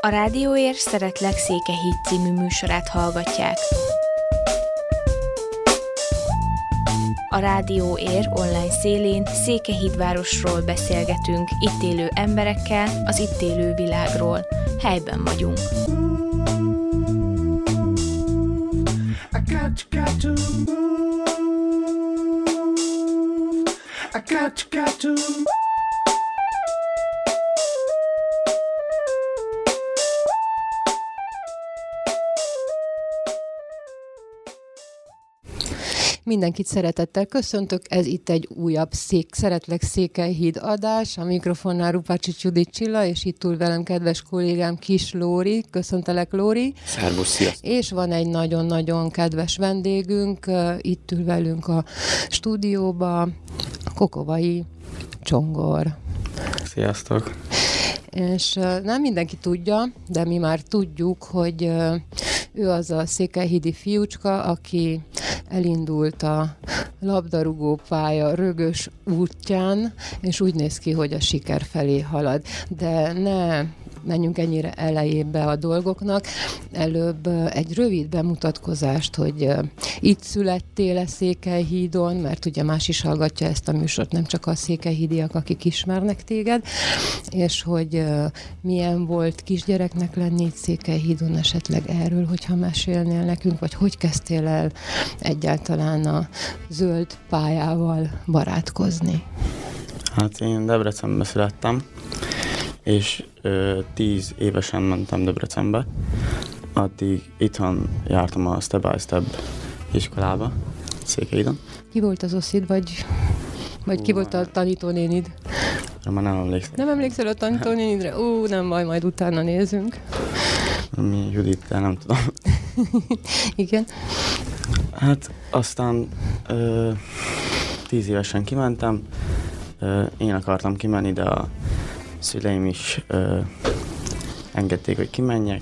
A Rádióér Szeretlek Székelyhíd című műsorát hallgatják. A Rádióér online szélén Székelyhídvárosról beszélgetünk, itt élő emberekkel, az itt élő világról. Helyben vagyunk. Mindenkit szeretettel köszöntök, ez itt egy újabb Szeretlek Székelyhíd adás, a mikrofonnál Rupácsics Judit Csilla, és itt ül velem kedves kollégám Kis Lóri. Köszöntelek, Lóri. Szervusz, sziasztok. És van egy nagyon-nagyon kedves vendégünk, itt ül velünk a stúdióba, Kokovai Csongor. Sziasztok. És nem mindenki tudja, de mi már tudjuk, hogy ő az a székelyhídi fiúcska, aki elindult a labdarúgó pálya rögös útján, és úgy néz ki, hogy a siker felé halad. De ne menjünk ennyire elejébe a dolgoknak. Előbb egy rövid bemutatkozást, hogy itt születtél-e Székelyhídon, mert ugye más is hallgatja ezt a műsort, nem csak a székelyhídiak, akik ismernek téged, és hogy milyen volt kisgyereknek lenni itt Székelyhídon, esetleg erről, hogyha mesélnél nekünk, vagy hogy kezdtél el egyáltalán a zöld pályával barátkozni? Hát én Debrecenbe születtem, és 10 évesen mentem Debrecenbe. Addig itthon jártam a Step by Step iskolába, Székelyhídon. Ki volt az oszid, vagy ki volt a tanítónénid? Már nem emlékszem. Nem emlékszel a tanítónénidre? Nem baj, majd utána nézünk. Mi Judit, de nem tudom. Igen. Hát aztán 10 évesen kimentem. Én akartam kimenni, de a szüleim is engedték, hogy kimenjek.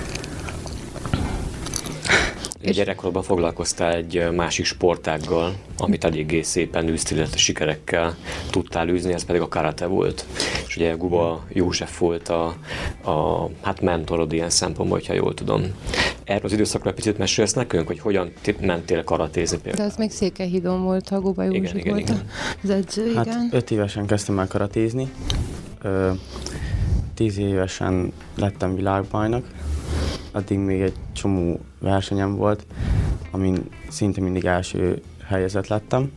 Gyerekkorban foglalkoztál egy másik sportággal, amit eléggé szépen űztél, illetve sikerekkel tudtál űzni, ez pedig a karate volt. És ugye Guba József volt a mentorod ilyen szempontból, hogyha jól tudom. Erről az időszakról picit mesélsz nekünk, hogy hogyan mentél karatézni például? De az még Székelyhídon volt, a Guba József volt az edző, hát igen. 5 évesen kezdtem el karatézni. 10 évesen lettem világbajnok. Addig még egy csomó versenyem volt, amin szinte mindig első helyezett lettem.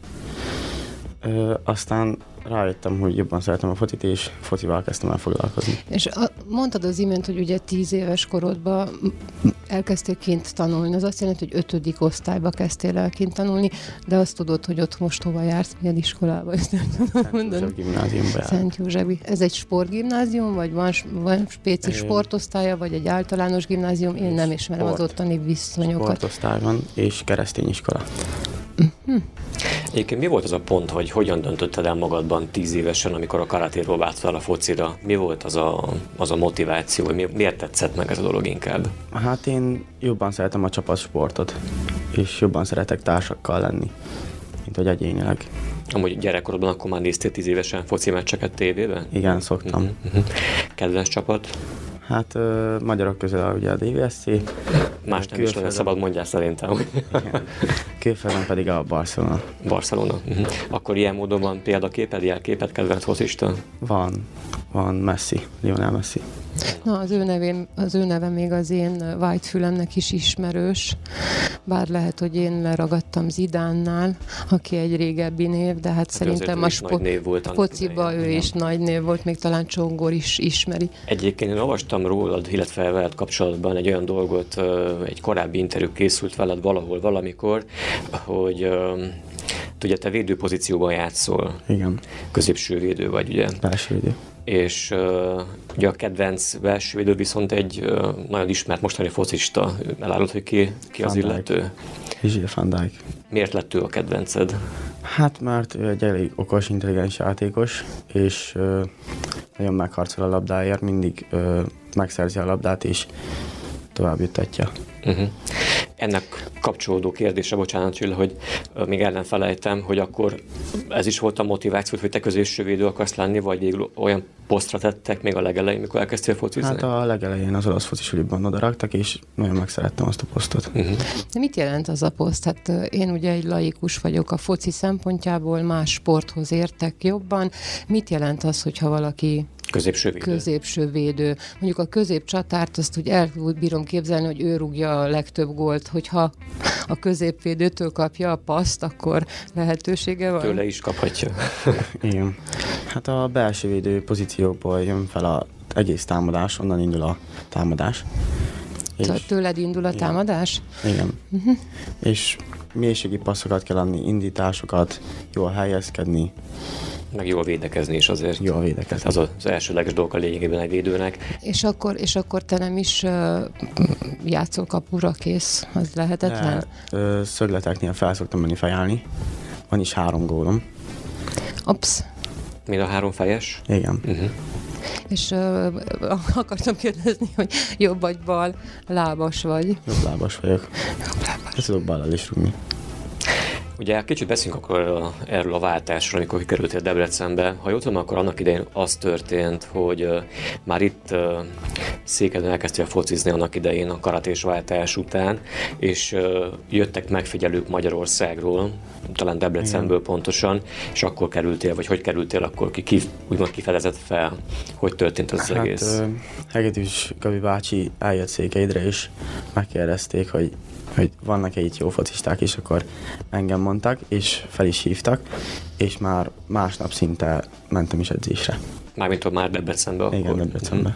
Aztán rájöttem, hogy jobban szeretem a focit, és focival kezdtem el foglalkozni. És mondtad az imént, hogy ugye 10 éves korodban elkezdtél kint tanulni. Az azt jelenti, hogy 5. osztályba kezdtél el kint tanulni, de azt tudod, hogy ott most hova jársz, milyen iskolába, ezt nem tudom mondani. Szent József gimnáziumba. Szent Józsefi. Ez egy sportgimnázium, vagy van spéci sportosztálya, vagy egy általános gimnázium? Én nem ismerem az ottani viszonyokat. Sportosztály van, és keresztény iskola. Egyébként mi volt az a pont, hogy hogyan döntötted el magadban 10 évesen, amikor a karatéról változtál a focira? Mi volt az a motiváció, miért tetszett meg ez a dolog inkább? Hát én jobban szeretem a csapatsportot, és jobban szeretek társakkal lenni, mint hogy egyénileg. Amúgy gyerekkorodban akkor már néztél 10 évesen foci meccseket tévében? Igen, szoktam. Kedvenc csapat? Hát magyarok közül ugye a DVSC. Más nem is nagyon szabad, mondjál szerintem. Külföldön pedig a Barcelona. Barcelona. Akkor ilyen módon van példaképed, jelképed, kedvenc focista? Van Messi, Lionel Messi. Na, az ő neve még az én vágyfülemnek is ismerős, bár lehet, hogy én leragadtam Zidánnál, aki egy régebbi név, de hát szerintem a fociba ő is nagy név volt, még talán Csongor is ismeri. Egyébként én olvastam rólad, illetve veled kapcsolatban egy olyan dolgot, egy korábbi interjú készült veled valahol, valamikor, hogy ugye te védőpozícióban játszol. Igen. Középső védő vagy, ugye? Belső védő. És ugye a kedvenc belső védő viszont egy nagyon ismert mostani focista. Elárult, hogy ki az illető? Virgil van Dijk. Miért lett ő a kedvenced? Hát mert ő egy elég okos, intelligens játékos, és nagyon megharcol a labdáért, mindig megszerzi a labdát, és tovább juttatja. ennek kapcsolódó kérdése, bocsánat Csilla, hogy még ellenfelejtem, hogy akkor ez is volt a motiváció, hogy te középsővédő akarsz lenni, vagy végül olyan posztra tettek még a legelején, mikor elkezdtél focizni? Hát a legelején az olasz focisulibban odaraktak, és nagyon megszerettem azt a posztot. De mit jelent az a poszt? Hát én ugye egy laikus vagyok a foci szempontjából, más sporthoz értek jobban. Mit jelent az, hogyha valaki középsővédő. Mondjuk a középcsatárt azt úgy bírom képzelni, hogy ő rúgja a legtöbb gólt, hogyha a középvédőtől kapja a paszt, akkor lehetősége van? Tőle is kaphatja. Igen. Hát a belső védő pozícióból jön fel az egész támadás, onnan indul a támadás. Tőled indul a támadás? Igen. És mélységi passzokat kell adni, indításokat, jól helyezkedni. Meg jól védekezni is azért. Jól védekezni. Az az elsőleges dolog a lényegében egy védőnek. És akkor te nem is játszol kapura, kész? Az lehetetlen? Szögleteknél fel szoktam menni fejállni. Van is 3 gólom. Ops. Mind a 3 fejes? Igen. És akartam kérdezni, hogy jobb vagy bal lábas vagy? Jobb lábas vagyok. Ezt tudok ballal is rúgni. Ugye kicsit beszélünk akkor erről a váltásról, amikor kikerültél Debrecenbe. Ha jól tudom, akkor annak idején az történt, hogy már itt Székelyhon elkezdtél focizni annak idején a karatés váltás után, és jöttek megfigyelők Magyarországról, talán Debrecenből pontosan, és akkor kerültél, vagy hogy kerültél, akkor úgymond kifedezett fel, hogy történt az egész? Hegedűs Gabi bácsi eljött Székelyre, és megkérdezték, hogy vannak-e itt jó focisták, és akkor engem mondtak, és fel is hívtak, és már másnap szinte mentem is edzésre. Mármint már Debrecenbe akkor? Igen, Debrecenbe.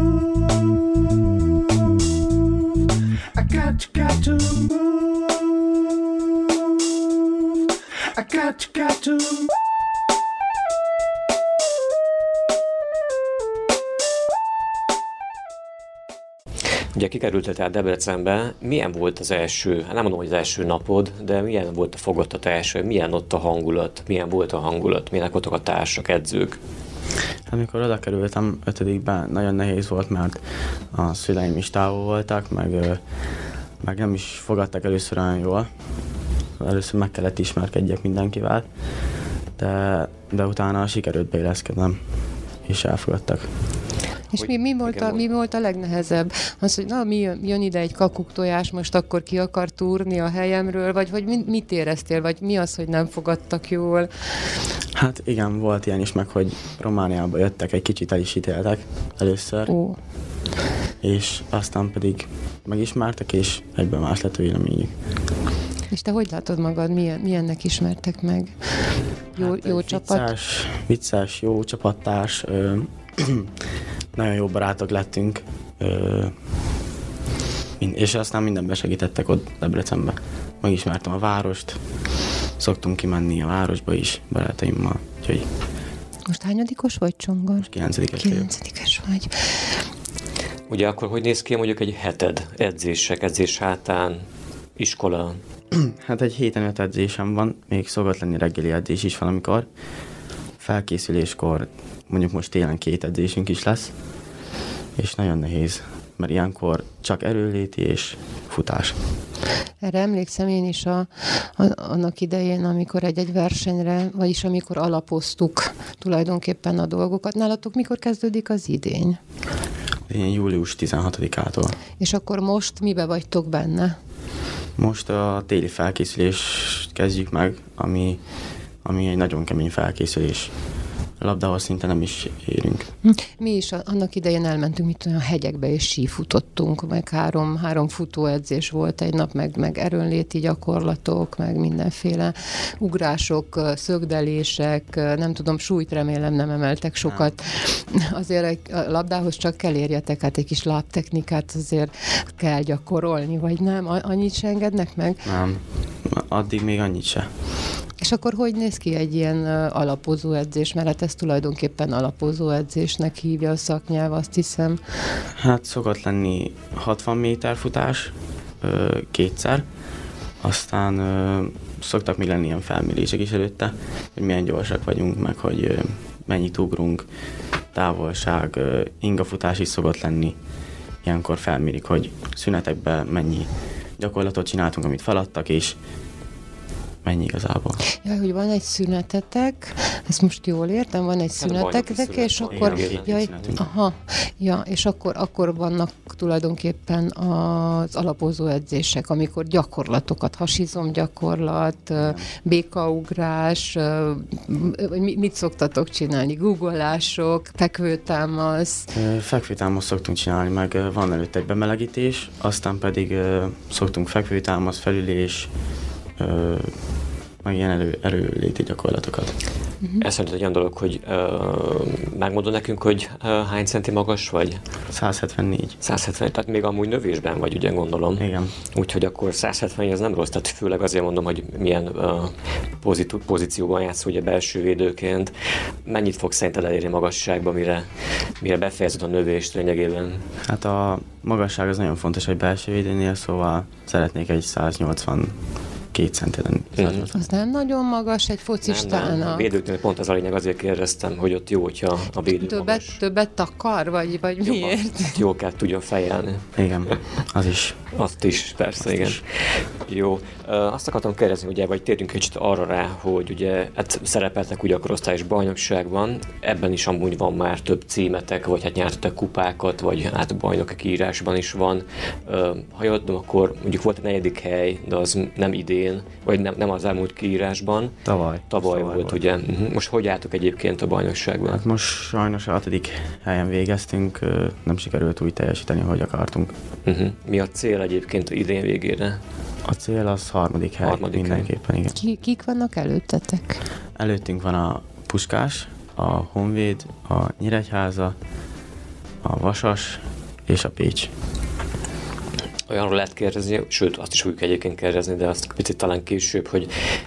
Ugye kikerültél tehát Debrecenbe, milyen volt az első, nem mondom, hogy az első napod, de milyen volt a fogadtatás, milyen ott a hangulat, milyen volt a hangulat, milyenek voltak a társak, edzők? Amikor oda kerültem 5-ben, nagyon nehéz volt, mert a szüleim is távol voltak, meg nem is fogadtak először olyan jól. Először meg kellett ismerkedjek mindenkivel, de utána sikerült beilleszkednem, és elfogadtak. És mi volt a legnehezebb? Az, hogy jön ide egy kakuktojás, most akkor ki akar túrni a helyemről, vagy mit éreztél, vagy mi az, hogy nem fogadtak jól? Hát igen, volt ilyen is, meg hogy Romániába jöttek, egy kicsit el is ítéltek először. Ó. És aztán pedig megismertek, és egyben más lett a véleményük. És te hogy látod magad, milyennek ismertek meg? Jó csapat? Vicces, jó csapattárs, nagyon jó barátok lettünk, és aztán mindenben segítettek ott Debrecenbe. Megismertem a várost, szoktunk kimenni a városba is barátaimmal, úgyhogy... Most hányadikos vagy, Csongor? Most 9-es vagy. Ugye akkor hogy néz ki mondjuk egy heted edzés hátán, iskola? Hát egy héten 5 edzésem van, még szokott lenni reggeli edzés is van, amikor felkészüléskor, mondjuk most télen 2 edzésünk is lesz, és nagyon nehéz, mert ilyenkor csak erőléti és futás. Erre emlékszem én is annak idején, amikor egy versenyre, vagyis amikor alapoztuk tulajdonképpen a dolgokat. Nálatok mikor kezdődik az idény? Én július 16-ától. És akkor most mibe vagytok benne? Most a téli felkészülést kezdjük meg, ami egy nagyon kemény felkészülés. Labdához szinte nem is érünk. Mi is annak idején elmentünk, a hegyekbe, és sífutottunk, meg három futóedzés volt egy nap, meg erőnléti gyakorlatok, meg mindenféle ugrások, szögdelések, nem tudom, súlyt remélem nem emeltek sokat. Azért a labdához csak kell érjetek, hát egy kis lábtechnikát azért kell gyakorolni, vagy nem? Annyit se engednek meg? Nem, addig még annyit se. És akkor hogy néz ki egy ilyen alapozó edzés? Mert hát ez tulajdonképpen alapozó edzésnek hívja a szaknyelv, azt hiszem. Hát szokott lenni 60 méter futás 2-szer, aztán szoktak még lenni ilyen felmérések is előtte, hogy milyen gyorsak vagyunk, meg hogy mennyit ugrunk, távolság, ingafutás is szokott lenni. Ilyenkor felmérik, hogy szünetekben mennyi gyakorlatot csináltunk, amit feladtak, és mennyi igazából. Ja, hogy van egy szünetetek, ezt most jól értem, van egy szünetetek, és akkor... És akkor vannak tulajdonképpen az alapozó edzések, amikor gyakorlatokat, hasizomgyakorlat, békaugrás, mit szoktatok csinálni? Googolások, fekvőtámasz? Fekvőtámasz szoktunk csinálni, meg van előtte egy bemelegítés, aztán pedig szoktunk fekvőtámasz, felülés, meg ilyen erőléti gyakorlatokat. Ez szerint egy olyan dolog, hogy megmondod nekünk, hogy hány centi magas vagy? 174. 170, tehát még amúgy növésben vagy, ugye gondolom. Igen. Úgyhogy akkor 170 ez nem rossz, tehát főleg azért mondom, hogy milyen pozícióban játsz ugye belső védőként. Mennyit fogsz szerinted elérni magasságban, mire befejezed a növést lényegében? Hát a magasság az nagyon fontos egy belső védőnél, szóval szeretnék egy 182 centi lenni. Az nem nagyon magas egy focistának. Nem. A védőknél pont az a lényeg, azért kérdeztem, hogy ott jó, hogyha a védő magas. Többet takar, vagy miért? Jól kell tudjon fejelni. Igen, az is. Azt is, persze, igen. Is. Jó. Azt akartam kérdezni, ugye, vagy térjünk kicsit arra rá, hogy ugye hát szerepeltek ugye a korosztályos bajnokságban, ebben is amúgy van már több címetek, vagy hát nyertetek kupákat, vagy hát bajnoki kiírásban is van. Ha jól tudom, akkor mondjuk volt a 4. hely, de az nem idén, vagy nem az elmúlt kiírásban. Tavaly volt, ugye. Most hogy álltok egyébként a bajnokságban? Hát most sajnos a 6. helyen végeztünk, nem sikerült úgy teljesíteni, ahogy akartunk. Mi a cél egyébként idén végére? A cél az 3. hely mindenképpen, igen. Kik vannak előttetek? Előttünk van a Puskás, a Honvéd, a Nyíregyháza, a Vasas és a Pécs. Olyanról lehet kérdezni, sőt, azt is fogjuk egyébként kérdezni, de azt picit talán később, hogy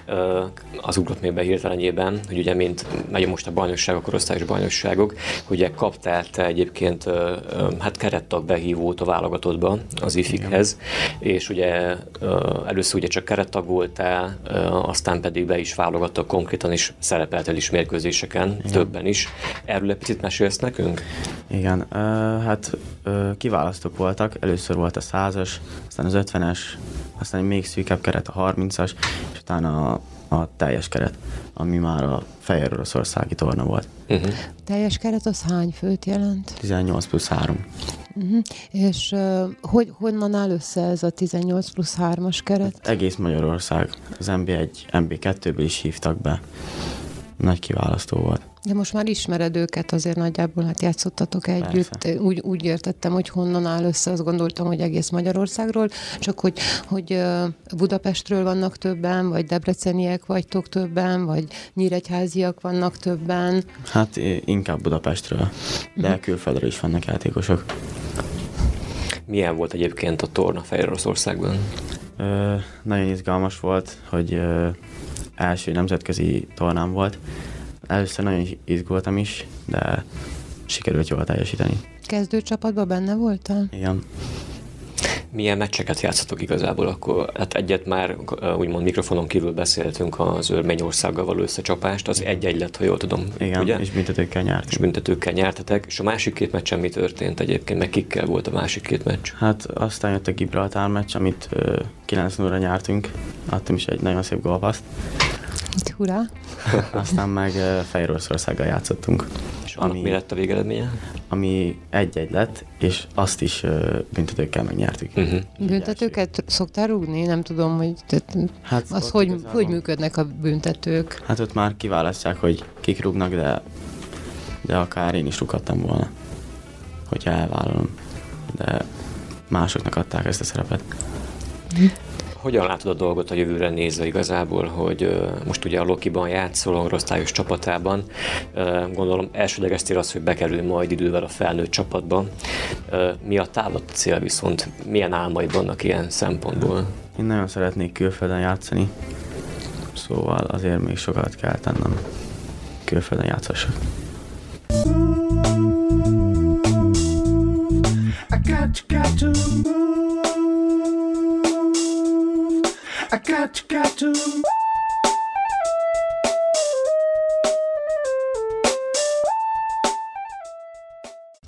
az ugrott még be hirtelenjében, hogy ugye mint megy most a bajnokságok, korosztályos bajnokságok, hogy ugye kaptál te egyébként hát kerettag behívót a válogatottba az IFIK-hez, és ugye először ugye csak kerettag voltál, aztán pedig be is válogattak konkrétan, és szerepeltél is mérkőzéseken, többen is. Erről egy picit mesélsz nekünk? Igen, hát kiválasztók voltak, először volt a 100-as, aztán az 50-es, aztán egy még szűkebb keret a 30-as, és utána a teljes keret, ami már a Fehéroroszországi torna volt. Teljes keret az hány főt jelent? 18+3. És honnan áll össze ez a 18+3-as keret? Hát egész Magyarország. Az NB1, NB2-ből is hívtak be. Nagy kiválasztó volt. De most már ismered őket, azért nagyjából hát játszottatok együtt. Úgy értettem, hogy honnan áll össze, azt gondoltam, hogy egész Magyarországról, csak hogy Budapestről vannak többen, vagy debreceniek vagytok többen, vagy nyíregyháziak vannak többen. Hát inkább Budapestről, de külföldről is vannak játékosok. Milyen volt egyébként a torna Fehéroroszországban? Nagyon izgalmas volt, hogy első nemzetközi tornám volt. Először nagyon izgultam is, de sikerült jól teljesíteni. Kezdőcsapatban benne voltál? Igen. Milyen meccseket játszatok igazából akkor? Hát egyet már úgymond mikrofonon kívül beszéltünk, az Örményországgal való összecsapást, az 1-1 lett, ha jól tudom. Igen, ugye? És büntetőkkel nyertünk. És büntetőkkel nyertetek, és a másik 2 meccsen mi történt egyébként, meg kikkel volt a másik 2 meccs? Hát aztán jött a Gibraltár meccs, amit 9-0-ra nyertünk, adtam is egy nagyon szép gólpaszt. Hurrá! Aztán meg Fehéroroszországgal játszottunk. És annak mi lett a végeredménye? Ami 1-1 lett, és azt is büntetőkkel megnyertük. Büntetőket szoktál rúgni? Nem tudom, hogy hát az hogy működnek a büntetők? Hát ott már kiválasztják, hogy kik rúgnak, de akár én is rúghattam volna, hogyha elvállalom. De másoknak adták ezt a szerepet. Hogyan látod a dolgot a jövőre nézve igazából, hogy most ugye a Lokiban játszol, a korosztályos csapatában. Gondolom elsődleges cél az, hogy bekerül majd idővel a felnőtt csapatba. Mi a távlati cél viszont? Milyen álmaid vannak ilyen szempontból? Én nagyon szeretnék külföldön játszani, szóval azért még sokat kell tennem. Külföldön játszhassak.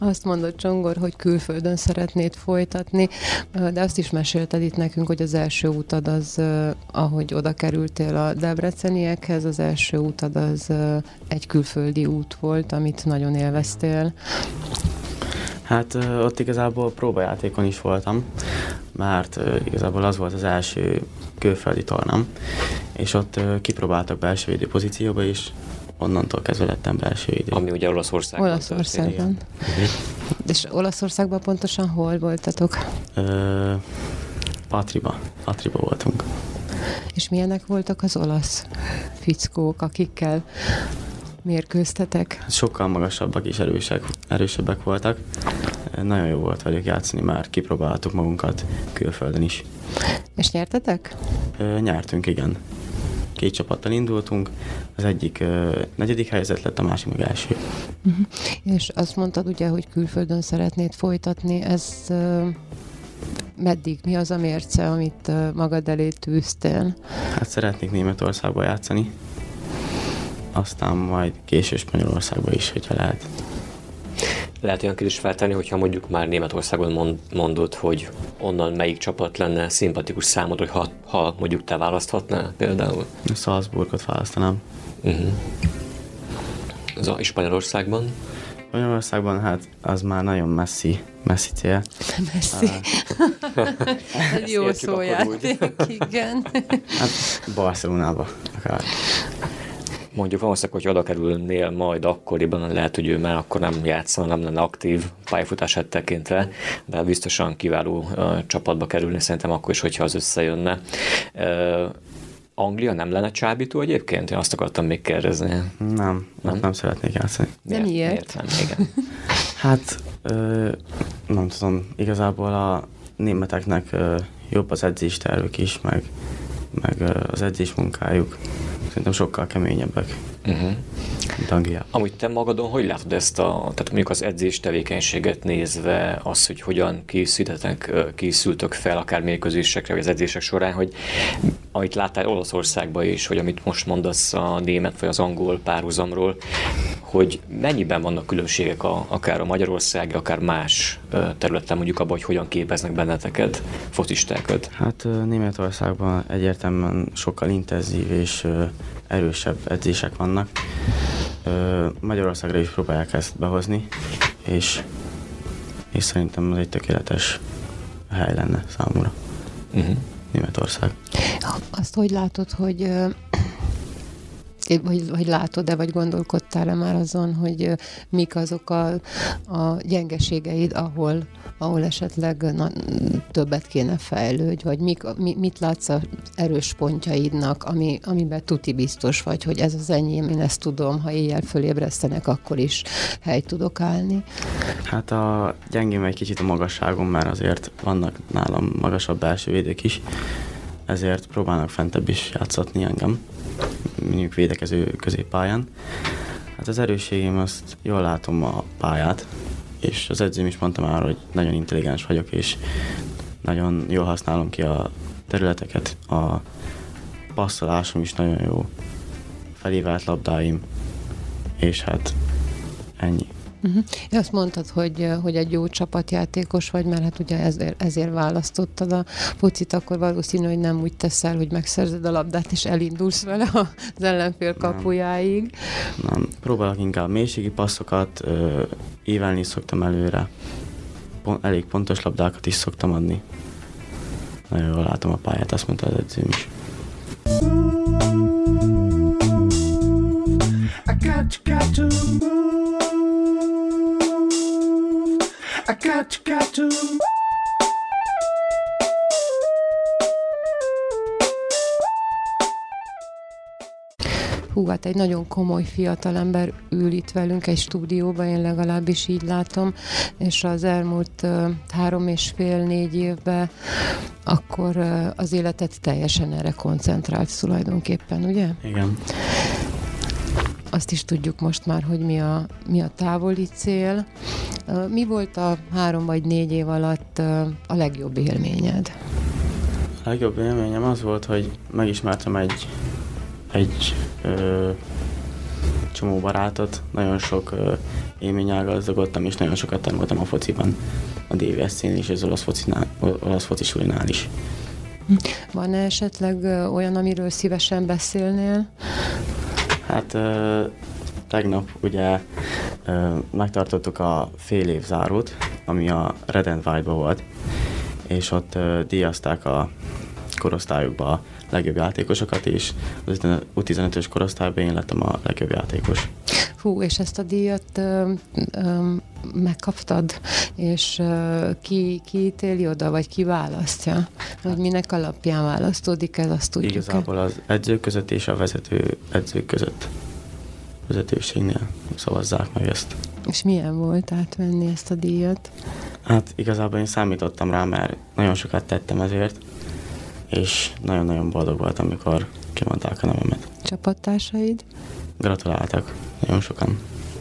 Azt mondod, Csongor, hogy külföldön szeretnéd folytatni, de azt is mesélted itt nekünk, hogy az első utad az, ahogy oda kerültél a debreceniekhez, az első utad az egy külföldi út volt, amit nagyon élveztél. Hát ott igazából próbajátékon is voltam, mert igazából az volt az első külföldi tornám, és ott kipróbáltak belső védő pozícióba is, onnantól kezdve lettem belső védő. Ami ugye Olaszországban. Olaszországban. És Olaszországban pontosan hol voltatok? Patriba voltunk. És milyenek voltak az olasz fickók, akikkel mérkőztetek? Sokkal magasabbak és erősebbek voltak. Nagyon jó volt velük játszani, már kipróbáltuk magunkat külföldön is. És nyertetek? Nyertünk, igen. 2 csapattal indultunk, az egyik 4. helyzet lett, a másik meg első. Uh-huh. És azt mondtad ugye, hogy külföldön szeretnéd folytatni, ez meddig? Mi az a mérce, amit magad elé tűztél? Hát szeretnék Németországba játszani, aztán majd később Spanyolországba is, hogyha lehet. Lehet olyan kérdést feltenni, hogyha mondjuk már Németországon mondod, hogy onnan melyik csapat lenne szimpatikus számodra, hogy ha mondjuk te választhatnál például? A Salzburgot választanám. Uh-huh. És Spanyolországban? Spanyolországban hát az már nagyon messzi cél. Messzi. Ez jó szójáték, igen. Hát Barcelonába akár. Mondjuk valószínűleg, hogy oda kerülnél majd akkoriban, lehet, hogy ő már akkor nem játszana, nem lenne aktív pályafutását tekintve, de biztosan kiváló csapatba kerülni szerintem akkor is, hogyha az összejönne. Anglia nem lenne csábító egyébként? Én azt akartam még kérdezni. Nem szeretnék játszani. De miért? Nem, igen. Hát nem tudom, igazából a németeknek jobb az edzéstervük is, meg az edzés munkájuk. Szerintem sokkal keményebbek, mint Angliában. Amúgy te magadon hogy látod ezt tehát mondjuk az edzés tevékenységet nézve, az, hogy hogyan készültök fel akár mérkőzésekre, vagy az edzések során, hogy amit láttál Olaszországban is, hogy amit most mondasz a német vagy az angol párhuzamról, hogy mennyiben vannak különbségek akár a magyarországi, akár más területen, mondjuk abban, hogy hogyan képeznek benneteket, focistákat? Hát Németországban egyértelműen sokkal intenzív és erősebb edzések vannak. Magyarországra is próbálják ezt behozni, és szerintem ez egy tökéletes hely lenne számomra. Németország. Azt hogy látod, hogy látod-e, vagy gondolkodtál-e már azon, hogy mik azok a gyengeségeid, ahol esetleg többet kéne fejlődj, vagy mit látsz az erős pontjaidnak, amiben tuti biztos vagy, hogy ez az enyém, én ezt tudom, ha éjjel fölébresztenek, akkor is helyt tudok állni. Hát a gyengém egy kicsit a magasságom, mert azért vannak nálam magasabb belső védők is, ezért próbálnak fentebb is játszatni engem, mondjuk védekező középpályán. Hát az erősségem, azt jól látom a pályát, és az edzőm is mondta már, hogy nagyon intelligens vagyok, és nagyon jól használom ki a területeket. A passzolásom is nagyon jó, felívelt labdáim, és hát ennyi. Azt mondtad, hogy egy jó csapatjátékos vagy, mert hát ugye ezért választottad a focit, akkor valószínű, hogy nem úgy teszel, hogy megszerzed a labdát, és elindulsz vele az ellenfél kapujáig. Nem, próbálok inkább mélységi passzokat, ívelni szoktam előre, elég pontos labdákat is szoktam adni. Nagyon jól látom a pályát, azt mondta az edzőm is. I got to. Hú, hát egy nagyon komoly fiatalember ül itt velünk egy stúdióban, én legalábbis így látom, és az elmúlt 3,5-4 évben akkor az életet teljesen erre koncentrált tulajdonképpen, ugye? Igen. Azt is tudjuk most már, hogy mi a távoli cél. Mi volt a 3 vagy 4 év alatt a legjobb élményed? A legjobb élményem az volt, hogy megismertem egy csomó barátot, nagyon sok élménnyel gazdagodtam, és nagyon sokat tanultam a fociban, a DVSC-n is, az olasz foci sulinál is. Van esetleg olyan, amiről szívesen beszélnél? Hát tegnap ugye megtartottuk a fél év zárót, ami a Red and White-ba volt, és ott díjazták a korosztályokba a legjobb játékosokat, és az U15-ös korosztályban én lettem a legjobb játékos. Hú, és ezt a díjat megkaptad, és ki ítéli oda, vagy ki választja? Vagy minek alapján választódik ez, azt tudjuk. Igazából az edzők között és a vezető edzők között, vezetőségnél szavazzák meg ezt. És milyen volt átvenni ezt a díjat? Hát igazából én számítottam rá, mert nagyon sokat tettem ezért, és nagyon-nagyon boldog voltam, amikor kimondták a nevemet. Csapattársaid? Gratuláltak, nagyon sokan.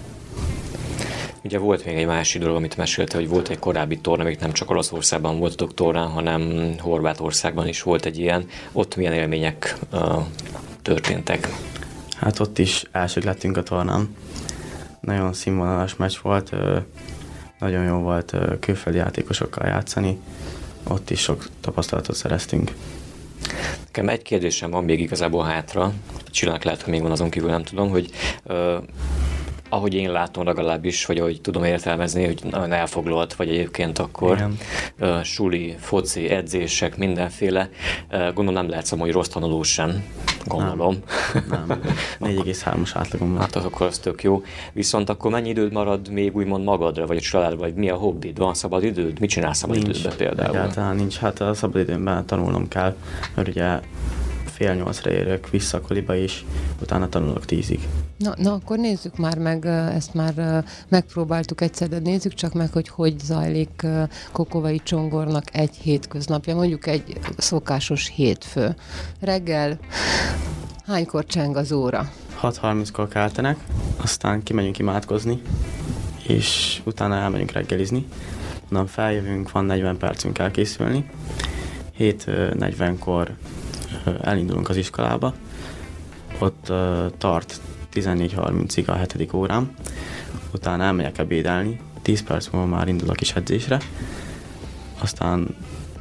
Ugye volt még egy másik dolog, amit mesélte, hogy volt egy korábbi torna, még nem csak Olaszországban voltatok tornán, hanem Horvátországban is volt egy ilyen. Ott milyen élmények történtek? Hát ott is elsők lettünk a tornán. Nagyon színvonalas meccs volt, nagyon jó volt külföldi játékosokkal játszani. Ott is sok tapasztalatot szereztünk. Nekem egy kérdésem van még igazából hátra. Csillának lehet, hogy még van, azon kívül nem tudom, hogy ahogy én látom legalábbis, vagy ahogy tudom értelmezni, hogy nagyon elfoglalt vagy egyébként akkor suli, foci, edzések, mindenféle. Gondolom nem lehet hogy rossz tanuló sem. Gondolom. Nem. 4,3-as átlagom van. Hát akkor az tök jó. Viszont akkor mennyi időd marad még úgymond magadra, vagy a családra, vagy mi a hobbid? Van szabad időd? Mit csinálsz szabad időben például? Egyáltalán nincs. Hát a szabad időmben tanulnom kell, mert ugye 7:30 érök vissza a koliba is, utána tanulok 10-ig. Na, akkor nézzük már meg, ezt már megpróbáltuk egyszer, de nézzük csak meg, hogy zajlik Kokovai Csongornak egy hétköznapja, mondjuk egy szokásos hétfő. Reggel hánykor cseng az óra? 6:30-kor keltenek, aztán kimegyünk imádkozni, és utána elmegyünk reggelizni. Onnan feljövünk, van 40 percünk elkészülni. 7:40-kor elindulunk az iskolába, ott tart 14:30-ig a 7. órám, utána elmegyek ebédelni, 10 perc múlva már indul a kis edzésre, aztán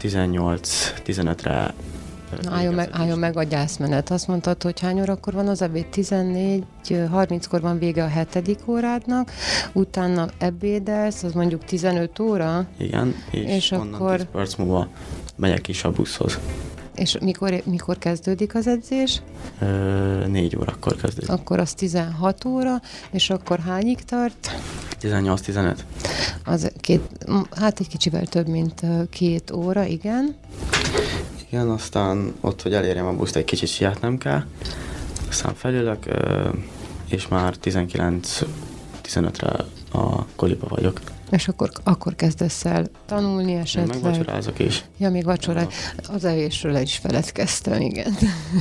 18-15-re Álljon meg a gyászmenet. Azt mondtad, hogy hány órakor van az ebéd? 14:30-kor van vége a 7. órádnak, utána ebédelsz, az mondjuk 15 óra? Igen, és onnan akkor 10 perc múlva megyek is a buszhoz. És mikor kezdődik az edzés? 4 órakor kezdődik. Akkor az 16 óra, és akkor hányig tart? 18-15. Az egy kicsivel több, mint 2 óra, igen. Igen, aztán ott, hogy elérjem a buszt, egy kicsit sietnem kell, aztán felülök, és már 19-15-re a koliba vagyok. És akkor kezdesz el tanulni esetleg? Még vacsorázok is. Ja, még vacsorázok. Az evésről is feledkeztem, igen.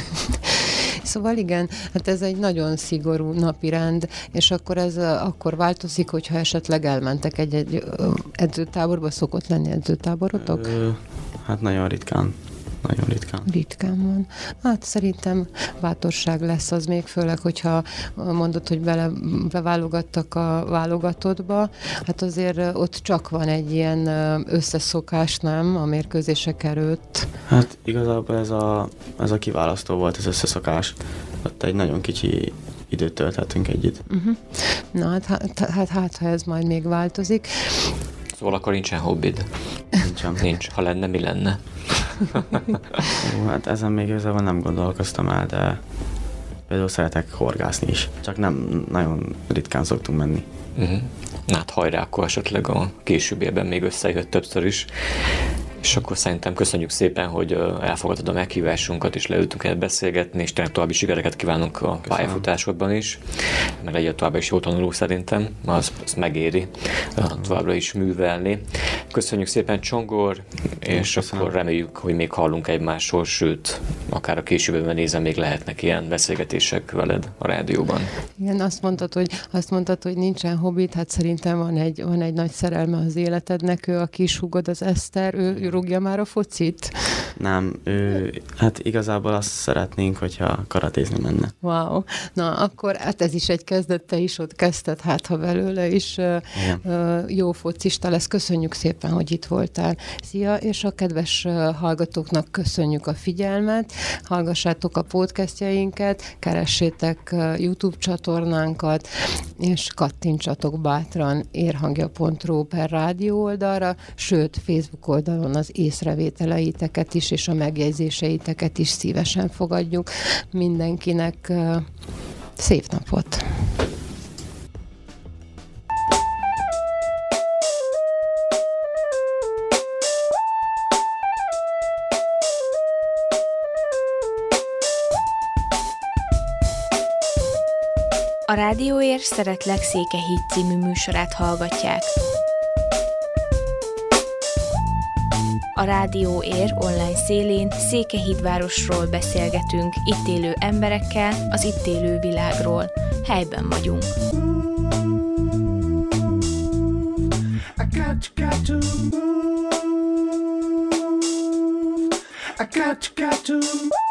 Szóval igen, hát ez egy nagyon szigorú napirend, és akkor ez akkor változik, hogyha esetleg elmentek egy edzőtáborba, szokott lenni edzőtáborotok? Hát nagyon ritkán. Nagyon ritkán. Ritkán van. Hát szerintem bátorság lesz az még, főleg, hogyha mondod, hogy beválogattak a válogatottba, hát azért ott csak van egy ilyen összeszokás, nem, a mérkőzések előtt. Hát igazából ez a kiválasztó volt az összeszokás. Ott egy nagyon kicsi időt tölthettünk együtt. Uh-huh. Na hát, ha ez majd még változik. Szóval akkor nincsen hobbid? Nincsen. Nincs. Ha lenne, mi lenne? Hát ezen még igazából nem gondolkoztam el, de például szeretek horgászni is. Csak nem nagyon ritkán szoktunk menni. Uh-huh. Hát hajrá, akkor esetleg a későbbiekben még összejött többször is. És akkor szerintem köszönjük szépen, hogy elfogadtad a meghívásunkat, és leültünk el beszélgetni, és tényleg további sikereket kívánunk a pályafutásodban is. Meg legyen továbbra is jó tanuló szerintem, az megéri továbbra is művelni. Köszönjük szépen, Csongor, és akkor reméljük, hogy még hallunk egymásról, sőt, akár a későbben nézem, még lehetnek ilyen beszélgetések veled a rádióban. Igen, azt mondtad, hogy nincsen hobbit, hát szerintem van egy nagy szerelme az életednek, ő a kis húgod, az Eszter, ő rúgja már a focit? Nem, hát igazából azt szeretnénk, hogyha karatézni menne. Wow. Na, akkor hát ez is egy kezdet, te is ott kezdted, hát ha belőle is jó focista lesz. Köszönjük szépen, hogy itt voltál. Szia, és a kedves hallgatóknak köszönjük a figyelmet. Hallgassátok a podcastjainkat, keressétek YouTube csatornánkat, és kattintsatok bátran érhangja.ru/rádió oldalra, sőt, Facebook oldalon az észrevételeiteket is, és a megjegyzéseiteket is szívesen fogadjuk. Mindenkinek szép napot! A Rádióér Szeretlek Székelyhíd című műsorát hallgatják. A Rádióér online szélén Székelyhídvárosról beszélgetünk, itt élő emberekkel, az itt élő világról. Helyben vagyunk. I got to move.